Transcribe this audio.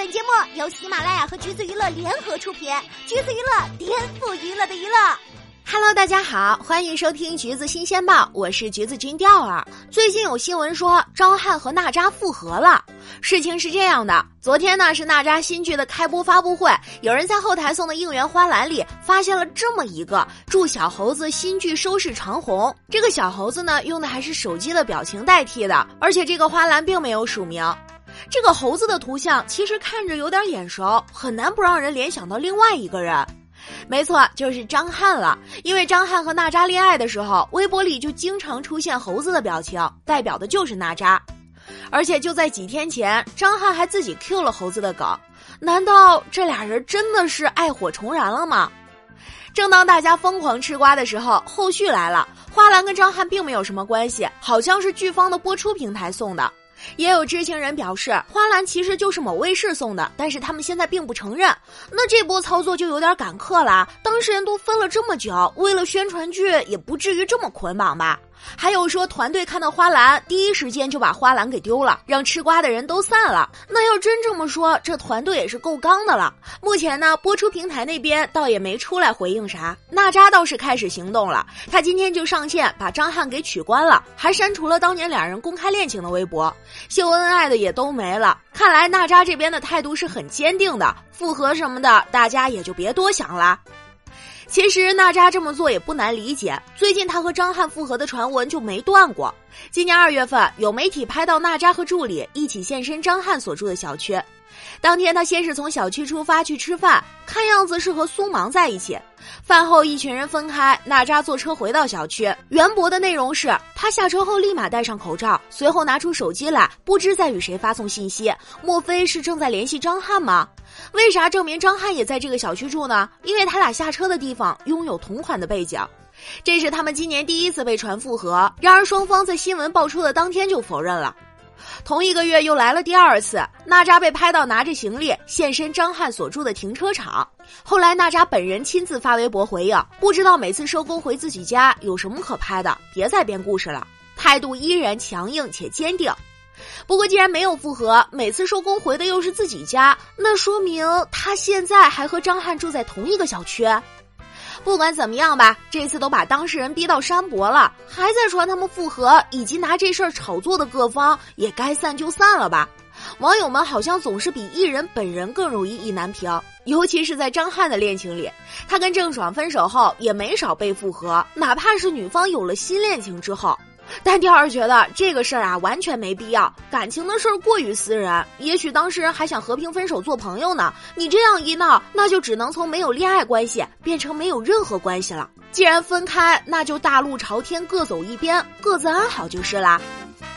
本节目由喜马拉雅和橘子娱乐联合出品，橘子娱乐颠覆娱乐的娱乐。 Hello， 大家好，欢迎收听橘子新鲜报，我是橘子君钓儿。最近有新闻说张翰和娜扎复合了。事情是这样的，昨天呢是娜扎新剧的开播发布会，有人在后台送的应援花篮里发现了这么一个祝小猴子新剧收视长红。这个小猴子呢用的还是手机的表情代替的，而且这个花篮并没有署名。这个猴子的图像其实看着有点眼熟，很难不让人联想到另外一个人。没错，就是张翰了。因为张翰和娜扎恋爱的时候，微博里就经常出现猴子的表情，代表的就是娜扎。而且就在几天前，张翰还自己 Q 了猴子的梗，难道这俩人真的是爱火重燃了吗？正当大家疯狂吃瓜的时候，后续来了，花篮跟张翰并没有什么关系，好像是剧方的播出平台送的。也有知情人表示，花篮其实就是某卫视送的，但是他们现在并不承认。那这波操作就有点赶客了，当事人都分了这么久，为了宣传剧也不至于这么捆绑吧。还有说团队看到花篮第一时间就把花篮给丢了，让吃瓜的人都散了。那要真这么说，这团队也是够刚的了。目前呢，播出平台那边倒也没出来回应啥，娜扎倒是开始行动了，她今天就上线把张翰给取关了，还删除了当年两人公开恋情的微博，秀恩爱的也都没了。看来娜扎这边的态度是很坚定的，复合什么的大家也就别多想了。其实娜扎这么做也不难理解，最近她和张翰复合的传闻就没断过。今年2月份，有媒体拍到娜扎和助理一起现身张翰所住的小区。当天她先是从小区出发去吃饭，看样子是和苏芒在一起。饭后一群人分开，娜扎坐车回到小区。原博的内容是，她下车后立马戴上口罩，随后拿出手机来，不知在与谁发送信息，莫非是正在联系张翰吗？为啥证明张翰也在这个小区住呢？因为他俩下车的地方拥有同款的背景。这是他们今年第一次被传复合，然而双方在新闻爆出的当天就否认了。同一个月又来了第二次，娜扎被拍到拿着行李现身张翰所住的停车场。后来娜扎本人亲自发微博回应，不知道每次收工回自己家有什么可拍的，别再编故事了，态度依然强硬且坚定。不过既然没有复合，每次收工回的又是自己家，那说明他现在还和张翰住在同一个小区。不管怎么样吧，这次都把当事人逼到山伯了，还在传他们复合，以及拿这事儿炒作的各方也该散就散了吧。网友们好像总是比艺人本人更容易意难平，尤其是在张翰的恋情里，他跟郑爽分手后也没少被复合，哪怕是女方有了新恋情之后。但钓儿觉得这个事儿啊完全没必要，感情的事儿过于私人，也许当事人还想和平分手做朋友呢，你这样一闹，那就只能从没有恋爱关系变成没有任何关系了。既然分开，那就大路朝天各走一边，各自安好就是啦。